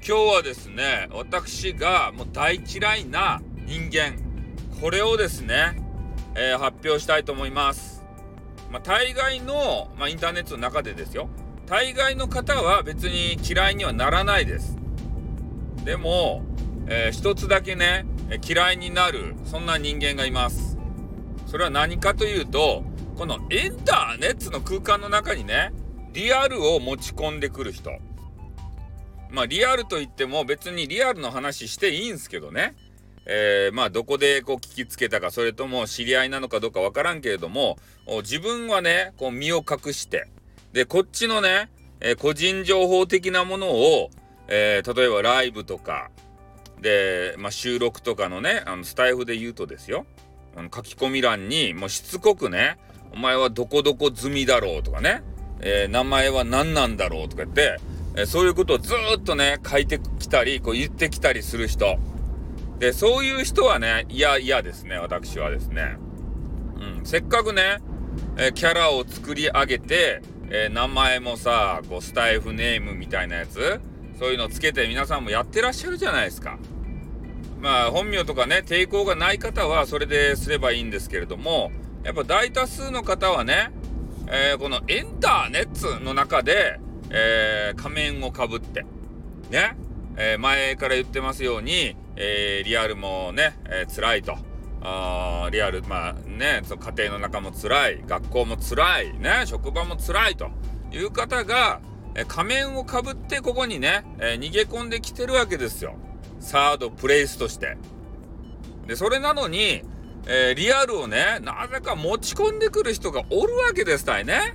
今日はですね、私がもう大嫌いな人間、これをですね、発表したいと思います。大概の、インターネットの中でですよ。大概の方は別に嫌いにはならないです。でも、一つだけね、嫌いになる、そんな人間がいます。それは何かというと、このインターネットの空間の中にね、リアルを持ち込んでくる人。リアルといっても別にリアルの話していいんですけどね。どこでこう聞きつけたか、それとも知り合いなのかどうかわからんけれども、自分はね、こう身を隠して、で、こっちのね、個人情報的なものを、例えばライブとか、で、収録とかのね、スタイフで言うとですよ、書き込み欄にもうしつこくね、お前はどこどこ済みだろうとかね、名前は何なんだろうとか言って、そういうことをずーっとね、書いてきたり、こう言ってきたりする人。で、そういう人はね、嫌ですね、私はですね。せっかくね、キャラを作り上げて、名前もさ、こうスタイフネームみたいなやつ、そういうのつけて皆さんもやってらっしゃるじゃないですか。本名とかね、抵抗がない方はそれですればいいんですけれども、やっぱ大多数の方はね、このインターネットの中で、仮面をかぶってね、前から言ってますように、リアルもね、辛いと。リアル、その家庭の中も辛い、学校も辛い、ね、職場も辛いという方が、仮面をかぶってここにね、逃げ込んできてるわけですよ。サードプレイスとして。で、それなのに、リアルをね、なぜか持ち込んでくる人がおるわけですたいね。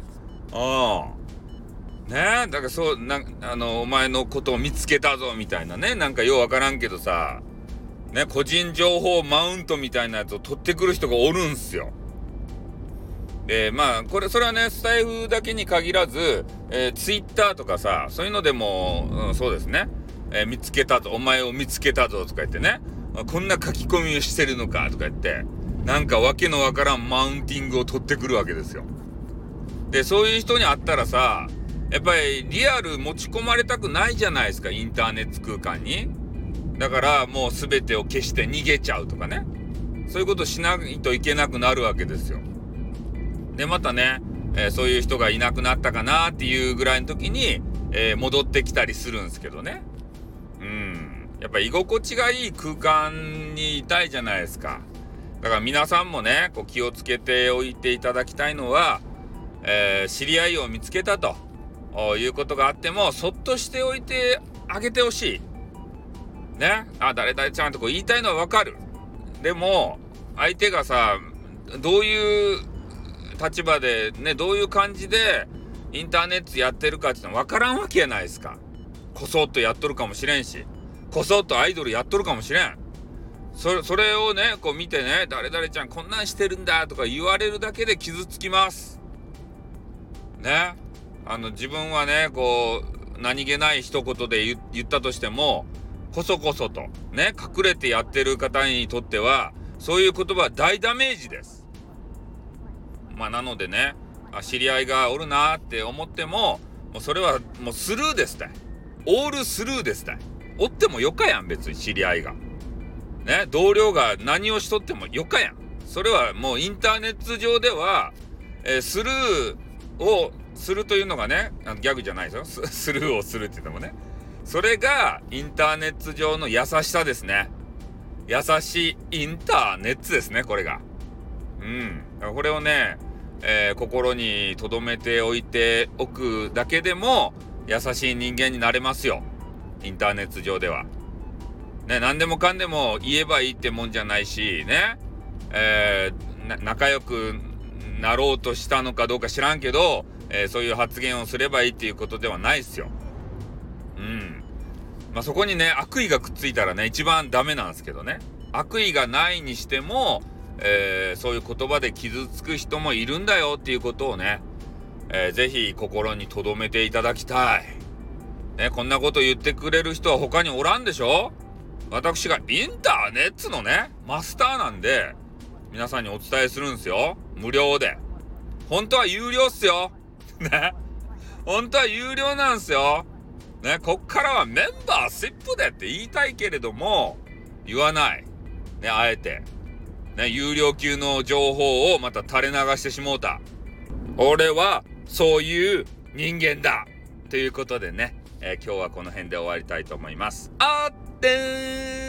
ねえ、だからそう、お前のことを見つけたぞみたいなね、なんかようわからんけどさ、ね、個人情報マウントみたいなやつを取ってくる人がおるんすよ。で、それはね、スタイフだけに限らず、ツイッターとかさ、そういうのでも、そうですね、見つけたぞ、お前を見つけたぞとか言ってね、こんな書き込みをしてるのかとか言って、なんかわけのわからんマウンティングを取ってくるわけですよ。で、そういう人に会ったらさ、やっぱりリアル持ち込まれたくないじゃないですか、インターネット空間に。だからもう全てを消して逃げちゃうとかね。そういうことしないといけなくなるわけですよ。で、またね、そういう人がいなくなったかなっていうぐらいの時に、戻ってきたりするんですけどね。やっぱ居心地がいい空間にいたいじゃないですか。だから皆さんもね、こう気をつけておいていただきたいのは、知り合いを見つけたということがあっても、そっとしておいてあげてほしい。ね。誰々ちゃんとこう言いたいのはわかる。でも、相手がさ、どういう立場で、ね、どういう感じでインターネットやってるかっていうのはわからんわけやないですか。こそっとやっとるかもしれんし、こそっとアイドルやっとるかもしれん。それをね、こう見てね、誰々ちゃんこんなんしてるんだとか言われるだけで傷つきます。ね。自分はね、こう、何気ない一言で言ったとしても、こそこそと、ね、隠れてやってる方にとっては、そういう言葉は大ダメージです。なのでね、知り合いがおるなーって思っても、もうそれはもうスルーですたい。オールスルーですたい。おってもよかやん、別に知り合いが。ね、同僚が何をしとってもよかやん。それはもうインターネット上では、スルーをするというのがね、ギャグじゃないですよ。スルーをするって言ってもね。それがインターネット上の優しさですね。優しいインターネットですね、これが。これをね、心に留めておいておくだけでも優しい人間になれますよ。インターネット上では。ね、何でもかんでも言えばいいってもんじゃないし、ね。仲良くなろうとしたのかどうか知らんけど、そういう発言をすればいいっていうことではないですよ。そこにね、悪意がくっついたらね、一番ダメなんですけどね。悪意がないにしても、そういう言葉で傷つく人もいるんだよっていうことをね、ぜひ心に留めていただきたい。ね、こんなこと言ってくれる人は他におらんでしょ？私がインターネットのね、マスターなんで、皆さんにお伝えするんですよ。無料で。本当は有料っすよ。ね。本当は有料なんすよ。 ね、こっからはメンバーシップでって言いたいけれども、言わない。ね、あえて。ね、有料級の情報をまた垂れ流してしもうた。俺は、そういう人間だということでね、今日はこの辺で終わりたいと思います。あってー